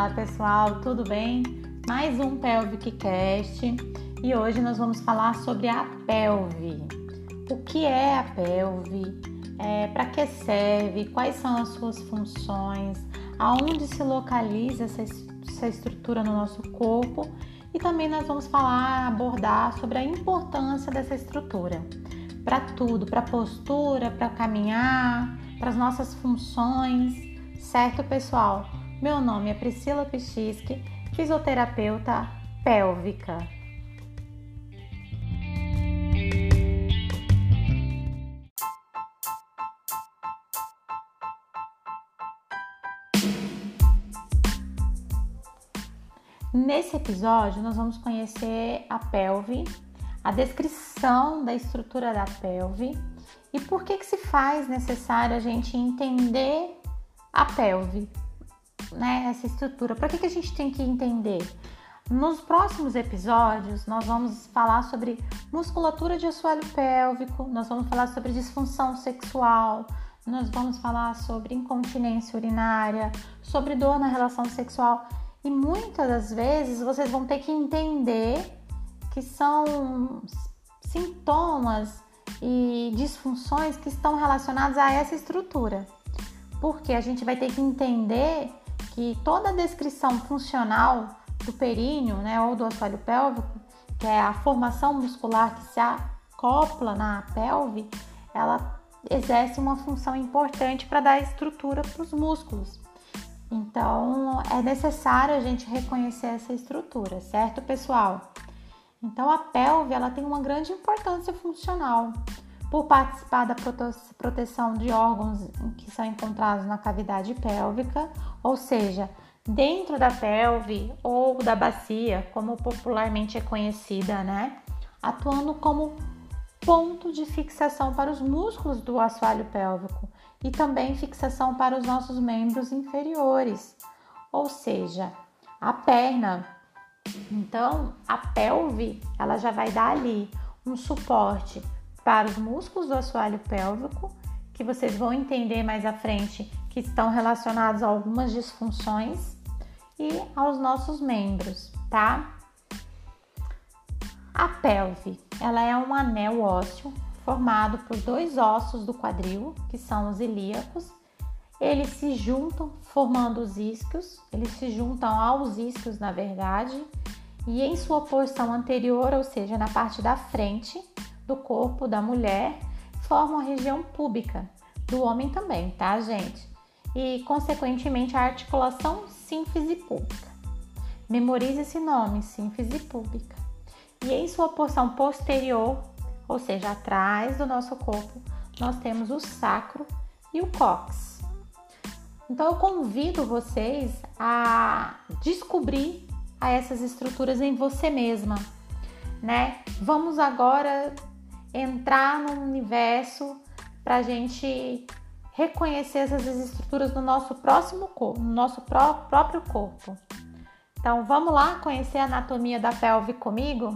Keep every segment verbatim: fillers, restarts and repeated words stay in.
Olá pessoal, tudo bem? Mais um Pelvic Cast e hoje nós vamos falar sobre a pelve. O que é a pelve? É, para que serve? Quais são as suas funções? Aonde se localiza essa, essa estrutura no nosso corpo? E também nós vamos falar, abordar sobre a importância dessa estrutura para tudo, para postura, para caminhar, para as nossas funções, certo pessoal? Meu nome é Priscila Pichiski, fisioterapeuta pélvica. Nesse episódio, nós vamos conhecer a pelve, a descrição da estrutura da pelve e por que que se faz necessário a gente entender a pelve, né? Essa estrutura. Por que que a gente tem que entender? Nos próximos episódios, nós vamos falar sobre musculatura de assoalho pélvico, nós vamos falar sobre disfunção sexual, nós vamos falar sobre incontinência urinária, sobre dor na relação sexual. E muitas das vezes vocês vão ter que entender que são sintomas e disfunções que estão relacionados a essa estrutura. Porque a gente vai ter que entender que toda a descrição funcional do períneo, né, ou do assoalho pélvico, que é a formação muscular que se acopla na pelve, ela exerce uma função importante para dar estrutura para os músculos. Então, é necessário a gente reconhecer essa estrutura, certo, pessoal? Então, a pelve, ela tem uma grande importância funcional por participar da proteção de órgãos que são encontrados na cavidade pélvica, ou seja, dentro da pelve ou da bacia, como popularmente é conhecida, né? Atuando como ponto de fixação para os músculos do assoalho pélvico e também fixação para os nossos membros inferiores, ou seja, a perna. Então, a pelve, ela já vai dar ali um suporte para os músculos do assoalho pélvico, que vocês vão entender mais à frente, que estão relacionados a algumas disfunções, e aos nossos membros, tá? A pelve, ela é um anel ósseo formado por dois ossos do quadril, que são os ilíacos. Eles se juntam formando os isquios, eles se juntam aos isquios, na verdade, e em sua posição anterior, ou seja, na parte da frente do corpo da mulher, formam a região púbica, do homem também, tá, gente? E, consequentemente, a articulação sínfise púbica. Memorize esse nome, sínfise púbica. E em sua porção posterior, ou seja, atrás do nosso corpo, nós temos o sacro e o cóccix. Então, eu convido vocês a descobrir essas estruturas em você mesma, né? Vamos agora entrar no universo para a gente reconhecer essas estruturas no nosso próximo corpo, no nosso pró- próprio corpo. Então, vamos lá conhecer a anatomia da pelve comigo?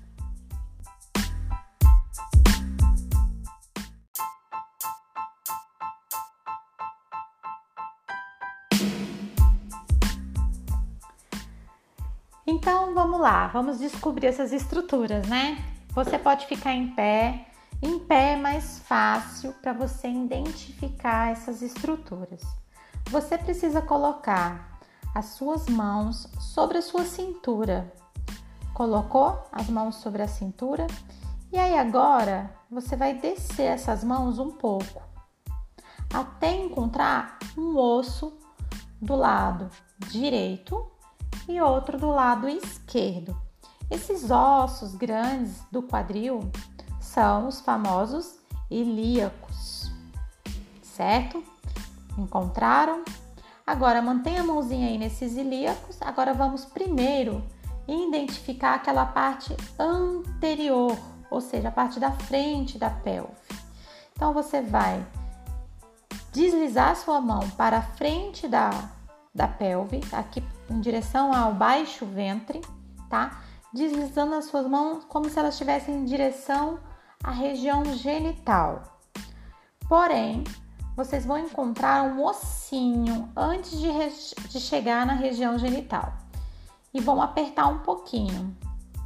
Então, vamos lá, vamos descobrir essas estruturas, né? Você pode ficar em pé. Em pé é mais fácil para você identificar essas estruturas. Você precisa colocar as suas mãos sobre a sua cintura. Colocou as mãos sobre a cintura? E aí agora você vai descer essas mãos um pouco, até encontrar um osso do lado direito e outro do lado esquerdo. Esses ossos grandes do quadril são os famosos ilíacos, certo? Encontraram? Agora mantenha a mãozinha aí nesses ilíacos. Agora vamos primeiro identificar aquela parte anterior, ou seja, a parte da frente da pelve. Então você vai deslizar a sua mão para a frente da, da pelve, aqui em direção ao baixo ventre, tá? Deslizando as suas mãos como se elas estivessem em direção à região genital. Porém, vocês vão encontrar um ossinho antes de, de chegar na região genital. E vão apertar um pouquinho.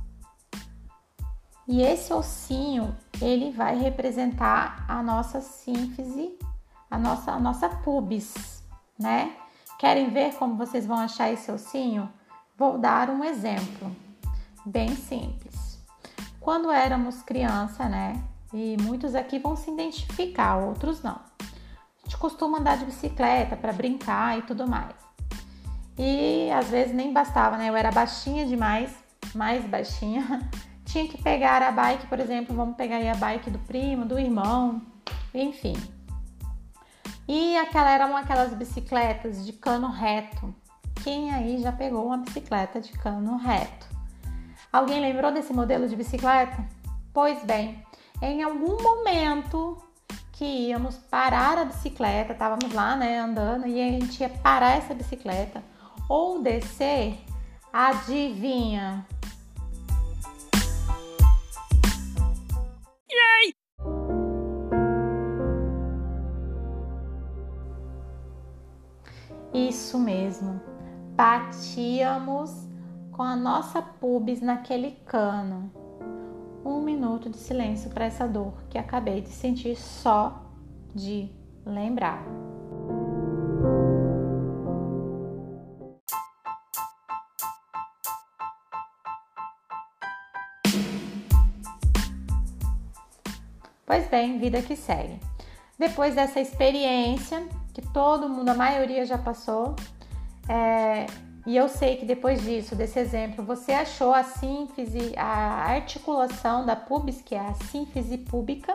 E esse ossinho, ele vai representar a nossa sínfise, a nossa, a nossa pubis, né? Querem ver como vocês vão achar esse ossinho? Vou dar um exemplo, bem simples. Quando éramos criança, né? E muitos aqui vão se identificar, outros não. A gente costuma andar de bicicleta para brincar e tudo mais. E às vezes nem bastava, né? Eu era baixinha demais, mais baixinha. Tinha que pegar a bike, por exemplo, vamos pegar aí a bike do primo, do irmão, enfim. E aquela eram aquelas bicicletas de cano reto. Quem aí já pegou uma bicicleta de cano reto? Alguém lembrou desse modelo de bicicleta? Pois bem, em algum momento que íamos parar a bicicleta, estávamos lá, né, andando, e a gente ia parar essa bicicleta ou descer, adivinha? Isso mesmo, batíamos com a nossa pubis naquele cano. Um minuto de silêncio para essa dor que acabei de sentir só de lembrar. Pois bem, vida que segue. Depois dessa experiência, que todo mundo, a maioria já passou, é, e eu sei que depois disso, desse exemplo, você achou a sínfise, a articulação da pubis, que é a sínfise púbica,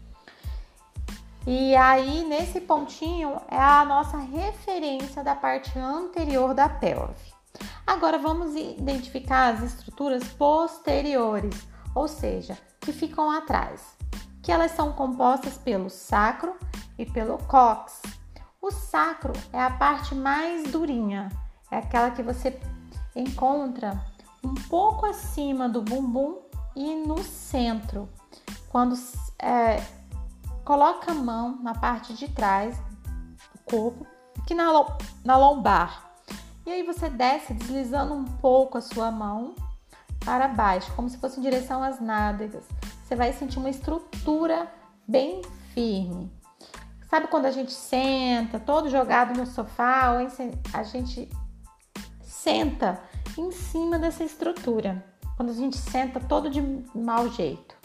e aí nesse pontinho é a nossa referência da parte anterior da pelve. Agora vamos identificar as estruturas posteriores, ou seja, que ficam atrás, que elas são compostas pelo sacro e pelo cóccix. O sacro é a parte mais durinha, é aquela que você encontra um pouco acima do bumbum e no centro. Quando é, coloca a mão na parte de trás do corpo, aqui na, na lombar. E aí você desce deslizando um pouco a sua mão para baixo, como se fosse em direção às nádegas. Você vai sentir uma estrutura bem firme. Sabe quando a gente senta, todo jogado no sofá, ou a gente senta em cima dessa estrutura. Quando a gente senta todo de mau jeito.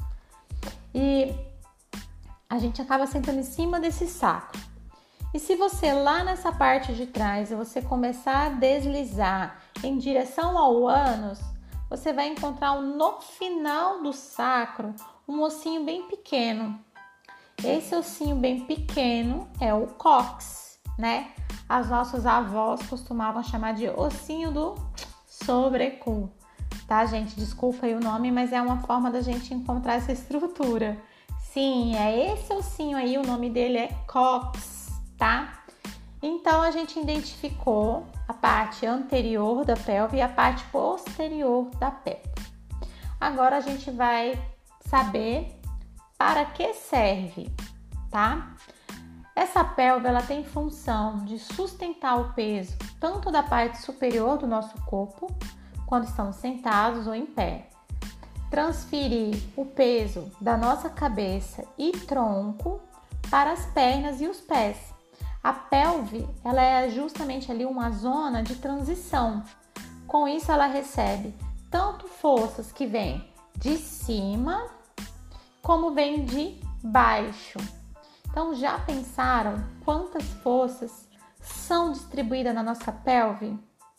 E a gente acaba sentando em cima desse sacro. E se você lá nessa parte de trás, você começar a deslizar em direção ao ânus, você vai encontrar no final do sacro um ossinho bem pequeno. Esse ossinho bem pequeno é o cóccix, né? As nossas avós costumavam chamar de ossinho do sobrecu, tá, gente? Desculpa aí o nome, mas é uma forma da gente encontrar essa estrutura. Sim, é esse ossinho aí, o nome dele é cóccix, tá? Então, a gente identificou a parte anterior da pelve e a parte posterior da pelve. Agora, a gente vai saber para que serve, tá? Essa pelve, ela tem função de sustentar o peso tanto da parte superior do nosso corpo, quando estamos sentados ou em pé. Transferir o peso da nossa cabeça e tronco para as pernas e os pés. A pelve, ela é justamente ali uma zona de transição. Com isso, ela recebe tanto forças que vêm de cima, como vêm de baixo. Então, já pensaram quantas forças são distribuídas na nossa pelve?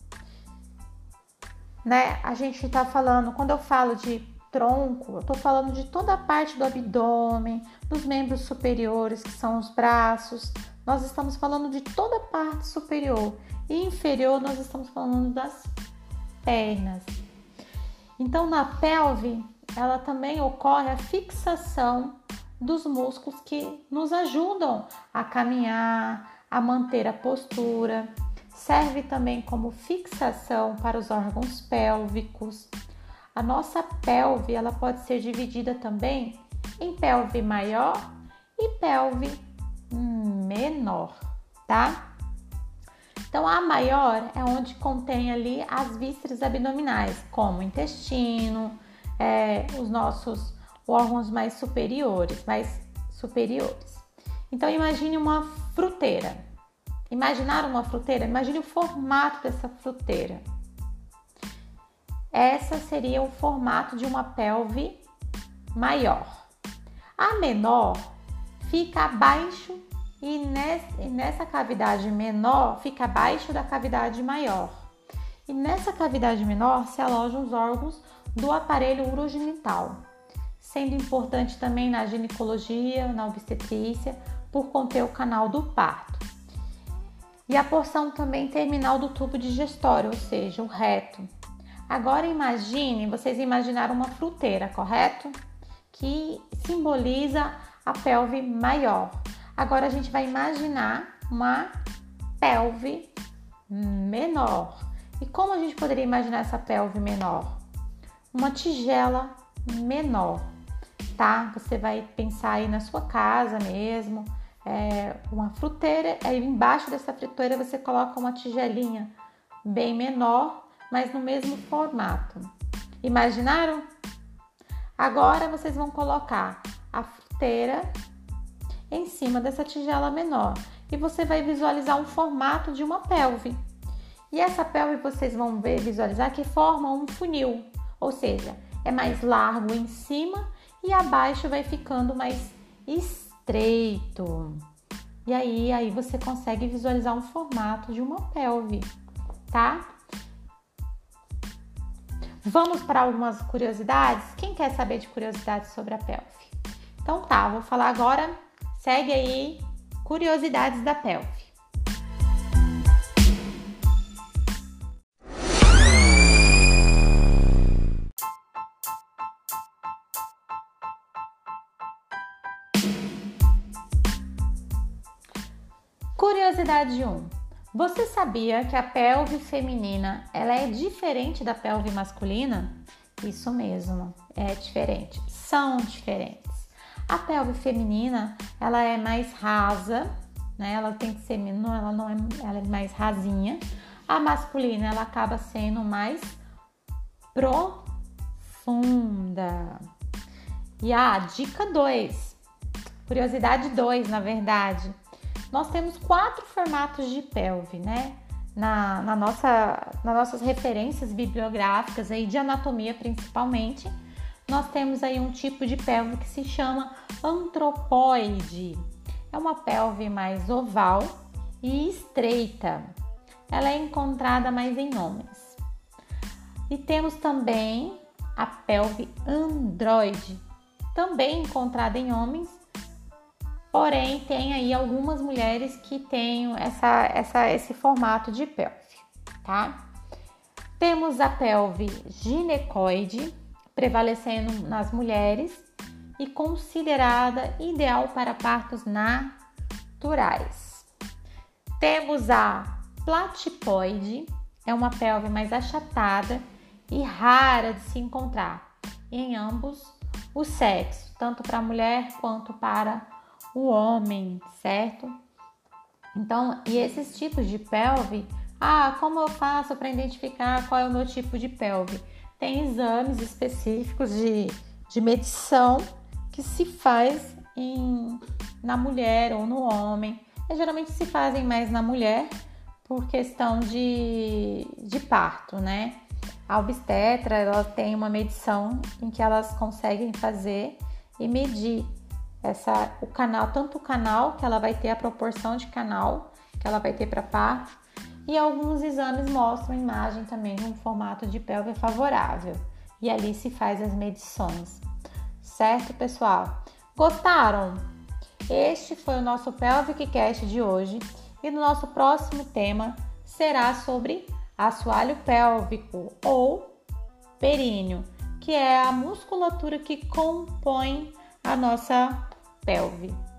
Né? A gente está falando, quando eu falo de tronco, eu estou falando de toda a parte do abdômen, dos membros superiores, que são os braços. Nós estamos falando de toda a parte superior. E inferior, nós estamos falando das pernas. Então, na pelve, ela também ocorre a fixação dos músculos que nos ajudam a caminhar, a manter a postura. Serve também como fixação para os órgãos pélvicos. A nossa pelve, ela pode ser dividida também em pelve maior e pelve menor. menor, tá? Então, a maior é onde contém ali as vísceras abdominais, como o intestino, é, os nossos órgãos mais superiores, mais superiores. Então, imagine uma fruteira. Imaginar uma fruteira? Imagine o formato dessa fruteira. Essa seria o formato de uma pelve maior. A menor fica abaixo e nessa cavidade menor fica abaixo da cavidade maior. E nessa cavidade menor se alojam os órgãos do aparelho urogenital, sendo importante também na ginecologia, na obstetrícia, por conter o canal do parto. E a porção também terminal do tubo digestório, ou seja, o reto. Agora imagine, vocês imaginaram uma fruteira, correto? Que simboliza a pelve maior. Agora a gente vai imaginar uma pelve menor. E como a gente poderia imaginar essa pelve menor? Uma tigela menor, tá? Você vai pensar aí na sua casa mesmo, é, uma fruteira, aí embaixo dessa fruteira você coloca uma tigelinha bem menor, mas no mesmo formato. Imaginaram? Agora vocês vão colocar a fruteira em cima dessa tigela menor e você vai visualizar um formato de uma pelve. E essa pelve vocês vão ver, visualizar que forma um funil, ou seja, é mais largo em cima e abaixo vai ficando mais estreito. E aí, aí você consegue visualizar um formato de uma pelve, tá? Vamos para algumas curiosidades? Quem quer saber de curiosidades sobre a pelve? Então tá, vou falar agora. Segue aí, curiosidades da pelve. Curiosidade um. Você sabia que a pelve feminina ela é diferente da pelve masculina? Isso mesmo, é diferente. São diferentes. A pelve feminina, ela é mais rasa, né? Ela tem que ser menor, ela não é, ela é mais rasinha. A masculina, ela acaba sendo mais profunda. E a dica dois, curiosidade dois, na verdade. Nós temos quatro formatos de pelve, né? Na, na nossa, nas nossas referências bibliográficas aí de anatomia principalmente, nós temos aí um tipo de pelve que se chama antropoide. É uma pelve mais oval e estreita. Ela é encontrada mais em homens. E temos também a pelve androide, também encontrada em homens, porém tem aí algumas mulheres que têm essa, essa, esse formato de pelve, tá? Temos a pelve ginecoide, prevalecendo nas mulheres e considerada ideal para partos naturais. Temos a platipoide, é uma pelve mais achatada e rara de se encontrar em ambos os sexos, tanto para a mulher quanto para o homem, certo? Então, e esses tipos de pelve, ah, como eu faço para identificar qual é o meu tipo de pelve? Tem exames específicos de, de medição que se faz em, na mulher ou no homem. E, geralmente se fazem mais na mulher por questão de, de parto, né? A obstetra, ela tem uma medição em que elas conseguem fazer e medir essa, o canal, tanto o canal que ela vai ter, a proporção de canal que ela vai ter para parto, e alguns exames mostram imagem também de um formato de pelve favorável. E ali se faz as medições. Certo, pessoal? Gostaram? Este foi o nosso Pelvic Cast de hoje. E no nosso próximo tema será sobre assoalho pélvico ou períneo, que é a musculatura que compõe a nossa pelve.